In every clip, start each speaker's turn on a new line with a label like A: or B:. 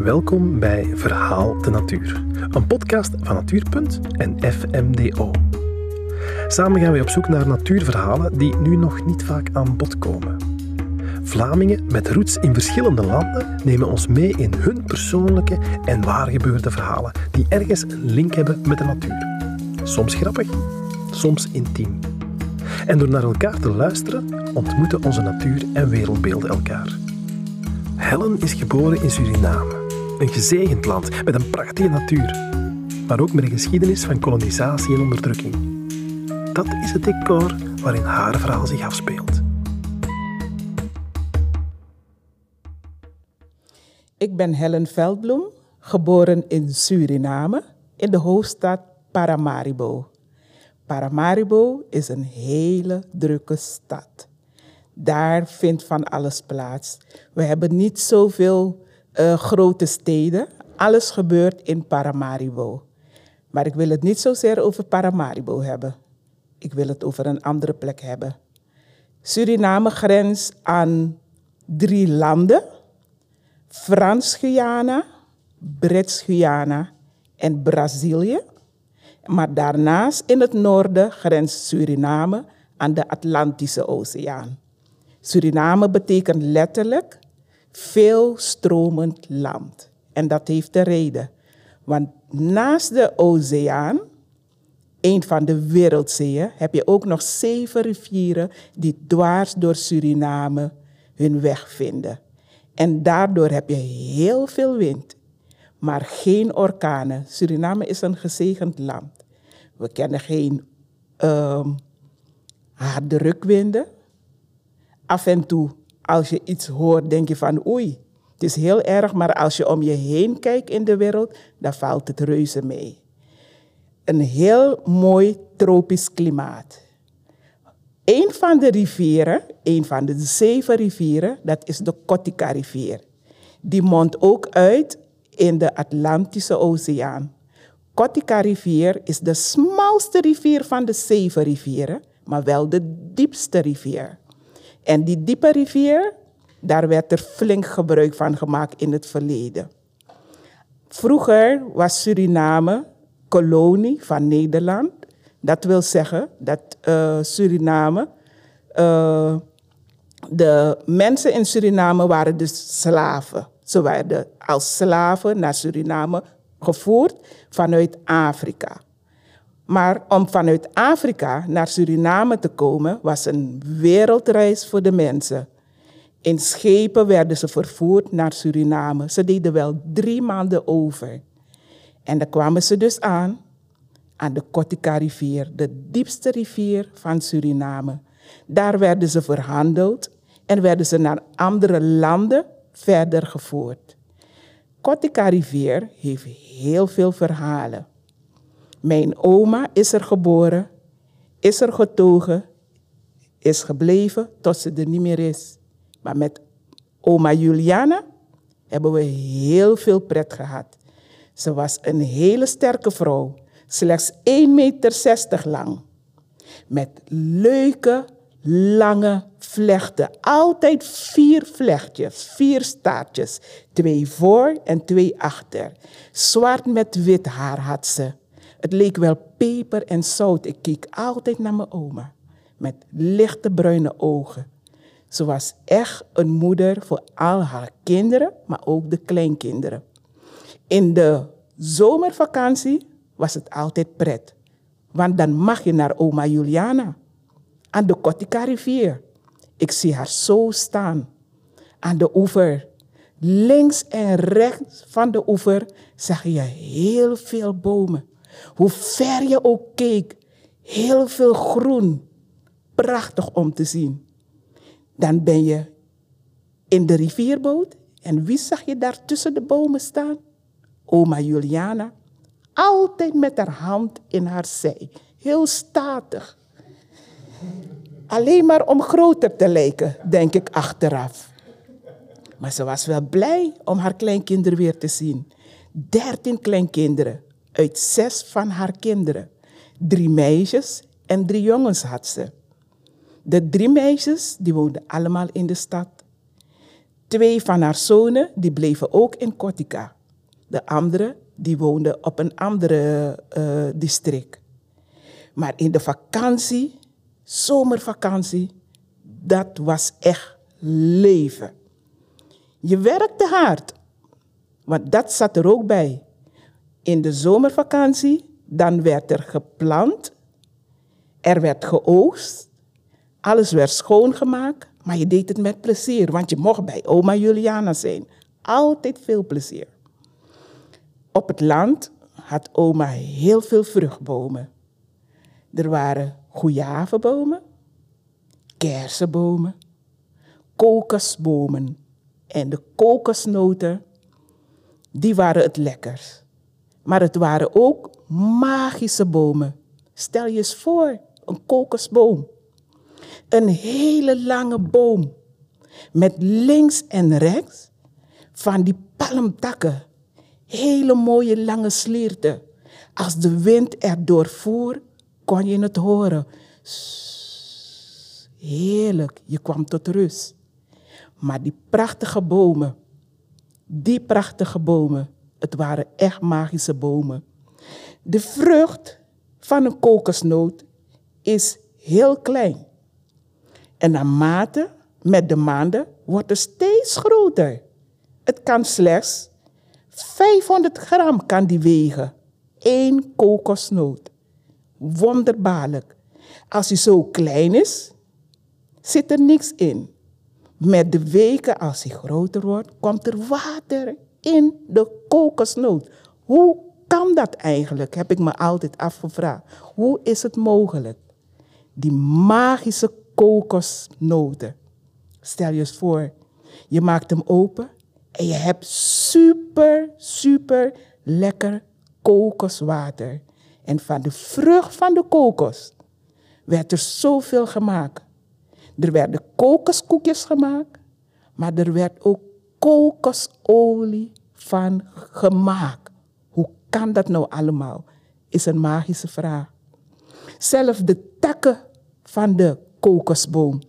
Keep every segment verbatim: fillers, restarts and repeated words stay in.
A: Welkom bij Verhaal de Natuur, een podcast van Natuurpunt en F M D O. Samen gaan wij op zoek naar natuurverhalen die nu nog niet vaak aan bod komen. Vlamingen met roots in verschillende landen nemen ons mee in hun persoonlijke en waargebeurde verhalen die ergens een link hebben met de natuur. Soms grappig, soms intiem. En door naar elkaar te luisteren, ontmoeten onze natuur en wereldbeelden elkaar. Helen is geboren in Suriname, een gezegend land met een prachtige natuur, maar ook met een geschiedenis van kolonisatie en onderdrukking. Dat is het decor waarin haar verhaal zich afspeelt.
B: Ik ben Helen Veldbloem, geboren in Suriname, in de hoofdstad Paramaribo. Paramaribo is een hele drukke stad. Daar vindt van alles plaats. We hebben niet zoveel uh, grote steden. Alles gebeurt in Paramaribo. Maar ik wil het niet zozeer over Paramaribo hebben. Ik wil het over een andere plek hebben. Suriname grenst aan drie landen. Frans-Guyana, Brits-Guyana en Brazilië. Maar daarnaast in het noorden grenst Suriname aan de Atlantische Oceaan. Suriname betekent letterlijk veel stromend land. En dat heeft de reden. Want naast de oceaan, een van de wereldzeeën, heb je ook nog zeven rivieren die dwars door Suriname hun weg vinden. En daardoor heb je heel veel wind, maar geen orkanen. Suriname is een gezegend land. We kennen geen um, harde rukwinden. Af en toe, als je iets hoort, denk je van oei, het is heel erg. Maar als je om je heen kijkt in de wereld, dan valt het reuze mee. Een heel mooi tropisch klimaat. Een van de rivieren, een van de zeven rivieren, dat is de Kotika-rivier. Die mondt ook uit in de Atlantische Oceaan. Kotika-rivier is de smalste rivier van de zeven rivieren, maar wel de diepste rivier. En die diepe rivier, daar werd er flink gebruik van gemaakt in het verleden. Vroeger was Suriname kolonie van Nederland. Dat wil zeggen dat uh, Suriname, uh, de mensen in Suriname waren dus slaven. Ze werden als slaven naar Suriname gevoerd vanuit Afrika. Maar om vanuit Afrika naar Suriname te komen was een wereldreis voor de mensen. In schepen werden ze vervoerd naar Suriname. Ze deden wel drie maanden over. En dan kwamen ze dus aan, aan de Kotika-rivier, de diepste rivier van Suriname. Daar werden ze verhandeld en werden ze naar andere landen verder gevoerd. Kotika-rivier heeft heel veel verhalen. Mijn oma is er geboren, is er getogen, is gebleven tot ze er niet meer is. Maar met oma Juliana hebben we heel veel pret gehad. Ze was een hele sterke vrouw, slechts één meter zestig lang. Met leuke, lange vlechten. Altijd vier vlechtjes, vier staartjes. Twee voor en twee achter. Zwart met wit haar had ze. Het leek wel peper en zout. Ik keek altijd naar mijn oma. Met lichte bruine ogen. Ze was echt een moeder voor al haar kinderen, maar ook de kleinkinderen. In de zomervakantie was het altijd pret. Want dan mag je naar oma Juliana. Aan de Kotika-rivier. Ik zie haar zo staan. Aan de oever. Links en rechts van de oever zag je heel veel bomen. Hoe ver je ook keek, heel veel groen. Prachtig om te zien. Dan ben je in de rivierboot. En wie zag je daar tussen de bomen staan? Oma Juliana. Altijd met haar hand in haar zij. Heel statig. Alleen maar om groter te lijken, denk ik achteraf. Maar ze was wel blij om haar kleinkinderen weer te zien. Dertien kleinkinderen uit zes van haar kinderen. Drie meisjes en drie jongens had ze. De drie meisjes die woonden allemaal in de stad. Twee van haar zonen die bleven ook in Kotika. De andere die woonde op een andere uh, district. Maar in de vakantie, zomervakantie, dat was echt leven. Je werkte hard, want dat zat er ook bij. In de zomervakantie, dan werd er geplant, er werd geoogst, alles werd schoongemaakt, maar je deed het met plezier, want je mocht bij oma Juliana zijn. Altijd veel plezier. Op het land had oma heel veel vruchtbomen. Er waren goejavenbomen, kersenbomen, kokosbomen. En de kokosnoten, die waren het lekkers. Maar het waren ook magische bomen. Stel je eens voor, een kokosboom. Een hele lange boom. Met links en rechts van die palmtakken. Hele mooie lange slierten. Als de wind erdoor voer, kon je het horen. Heerlijk, je kwam tot rust. Maar die prachtige bomen, die prachtige bomen, het waren echt magische bomen. De vrucht van een kokosnoot is heel klein. En naarmate met de maanden wordt het steeds groter. Het kan slechts vijfhonderd gram kan die wegen. Eén kokosnoot. Wonderbaarlijk. Als hij zo klein is, zit er niks in. Met de weken, als hij groter wordt, komt er water in de kokosnoot. Hoe kan dat eigenlijk, heb ik me altijd afgevraagd. Hoe is het mogelijk? Die magische kokosnoten. Stel je eens voor, je maakt hem open en je hebt super, super lekker kokoswater. En van de vrucht van de kokos werd er zoveel gemaakt. Er werden kokoskoekjes gemaakt, maar er werd ook kokosolie van gemaakt. Hoe kan dat nou allemaal? Is een magische vraag. Zelfs de takken van de kokosboom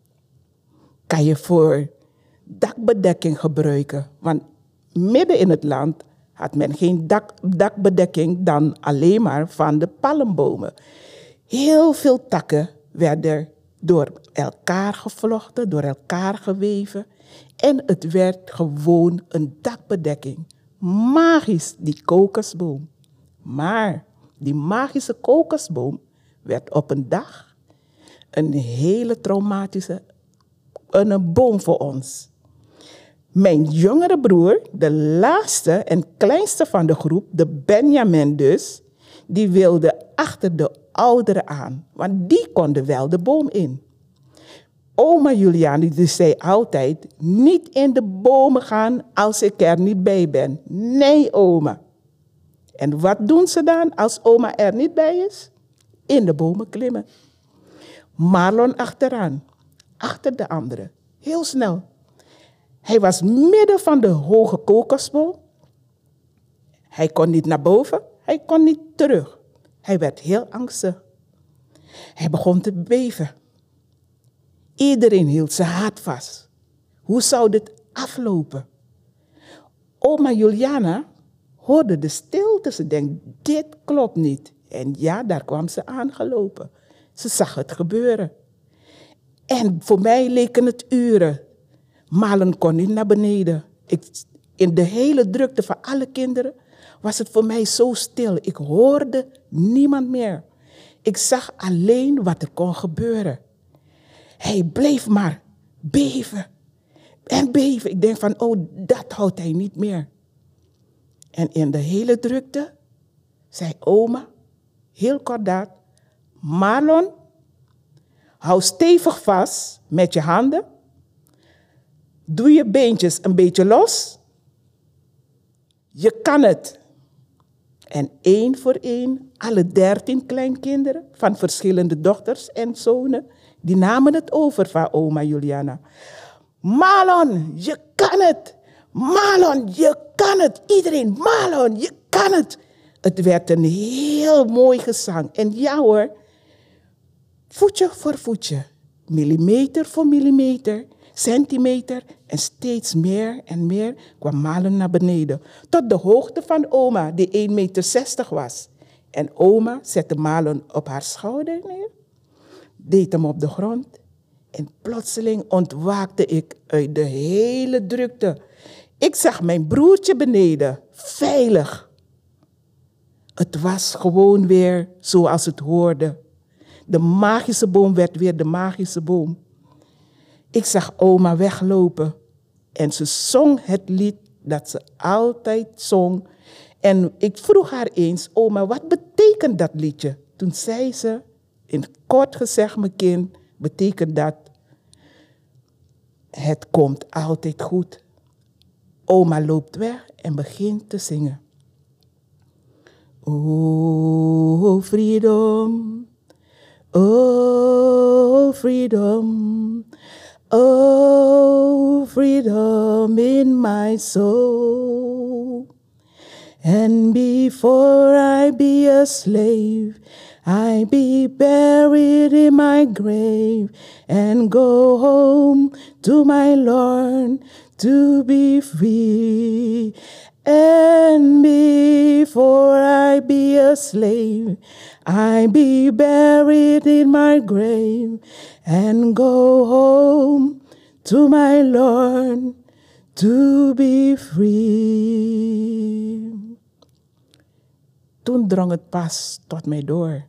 B: kan je voor dakbedekking gebruiken. Want midden in het land had men geen dak, dakbedekking dan alleen maar van de palmbomen. Heel veel takken werden door elkaar gevlochten, door elkaar geweven. En het werd gewoon een dakbedekking. Magisch, die kokosboom. Maar die magische kokosboom werd op een dag een hele traumatische een boom voor ons. Mijn jongere broer, de laatste en kleinste van de groep, de Benjamin dus, die wilde achter de ouderen aan, want die konden wel de boom in. Oma Juliana die zei altijd, niet in de bomen gaan als ik er niet bij ben. Nee, oma. En wat doen ze dan als oma er niet bij is? In de bomen klimmen. Marlon achteraan, achter de anderen, heel snel. Hij was midden van de hoge kokosboom. Hij kon niet naar boven, hij kon niet terug. Hij werd heel angstig. Hij begon te beven. Iedereen hield zijn hart vast. Hoe zou dit aflopen? Oma Juliana hoorde de stilte. Ze denkt, dit klopt niet. En ja, daar kwam ze aangelopen. Ze zag het gebeuren. En voor mij leken het uren. Malen kon niet naar beneden. Ik, in de hele drukte van alle kinderen was het voor mij zo stil. Ik hoorde niemand meer. Ik zag alleen wat er kon gebeuren. Hij bleef maar beven en beven. Ik denk van, oh, dat houdt hij niet meer. En in de hele drukte zei oma, heel kordaat, Marlon, hou stevig vast met je handen. Doe je beentjes een beetje los. Je kan het. En één voor één, alle dertien kleinkinderen van verschillende dochters en zonen, die namen het over van oma Juliana. Marlon, je kan het. Marlon, je kan het. Iedereen, Marlon, je kan het. Het werd een heel mooi gezang. En ja hoor, voetje voor voetje, millimeter voor millimeter, centimeter en steeds meer en meer kwam Malen naar beneden. Tot de hoogte van oma, die één meter zestig was. En oma zette Malen op haar schouder neer, deed hem op de grond. En plotseling ontwaakte ik uit de hele drukte. Ik zag mijn broertje beneden, veilig. Het was gewoon weer zoals het hoorde. De magische boom werd weer de magische boom. Ik zag oma weglopen en ze zong het lied dat ze altijd zong. En ik vroeg haar eens, oma, wat betekent dat liedje? Toen zei ze, in kort gezegd, mijn kind, betekent dat het komt altijd goed. Oma loopt weg en begint te zingen. Oh, freedom, oh, freedom, oh, freedom in my soul. And before I be a slave, I be buried in my grave and go home to my Lord to be free. And before I be a slave, I be buried in my grave and go home to my Lord to be free. Toen drong het pas tot mij door.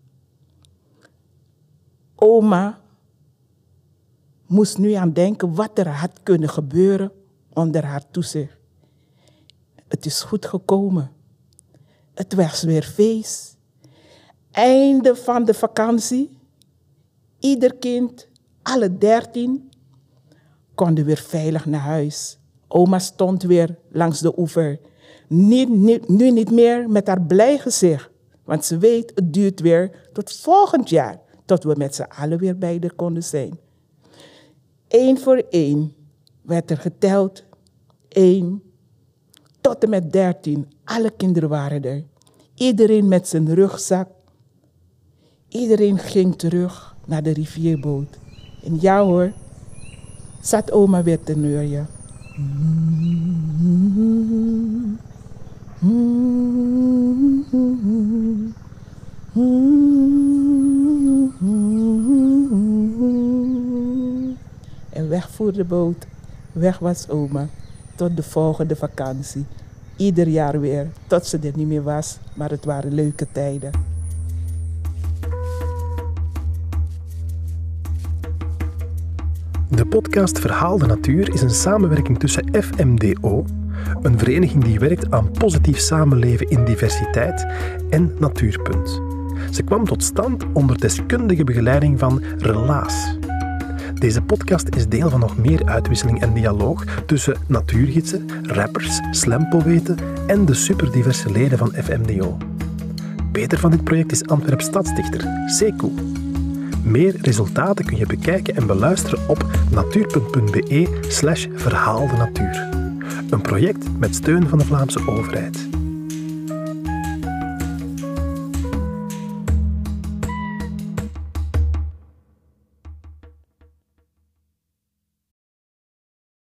B: Oma moest nu aan denken wat er had kunnen gebeuren onder haar toezicht. Het is goed gekomen. Het was weer feest. Einde van de vakantie. Ieder kind, alle dertien, konden weer veilig naar huis. Oma stond weer langs de oever. Niet, niet, nu niet meer met haar blij gezicht. Want ze weet, het duurt weer tot volgend jaar. Tot we met z'n allen weer bij haar konden zijn. Eén voor één werd er geteld. Eén tot en met dertien. Alle kinderen waren er. Iedereen met zijn rugzak. Iedereen ging terug naar de rivierboot. En ja hoor, zat oma weer te neurien. En weg voer de boot. Weg was oma. Tot de volgende vakantie. Ieder jaar weer. Tot ze er niet meer was. Maar het waren leuke tijden.
A: De podcast Verhaal de Natuur is een samenwerking tussen F M D O, een vereniging die werkt aan positief samenleven in diversiteit, en Natuurpunt. Ze kwam tot stand onder deskundige begeleiding van Relaas. Deze podcast is deel van nog meer uitwisseling en dialoog tussen natuurgidsen, rappers, slampoëten en de superdiverse leden van F M D O. Beter van dit project is Antwerp stadsdichter Sekou. Meer resultaten kun je bekijken en beluisteren op natuurpunt.be slash verhaal de natuur. Een project met steun van de Vlaamse overheid.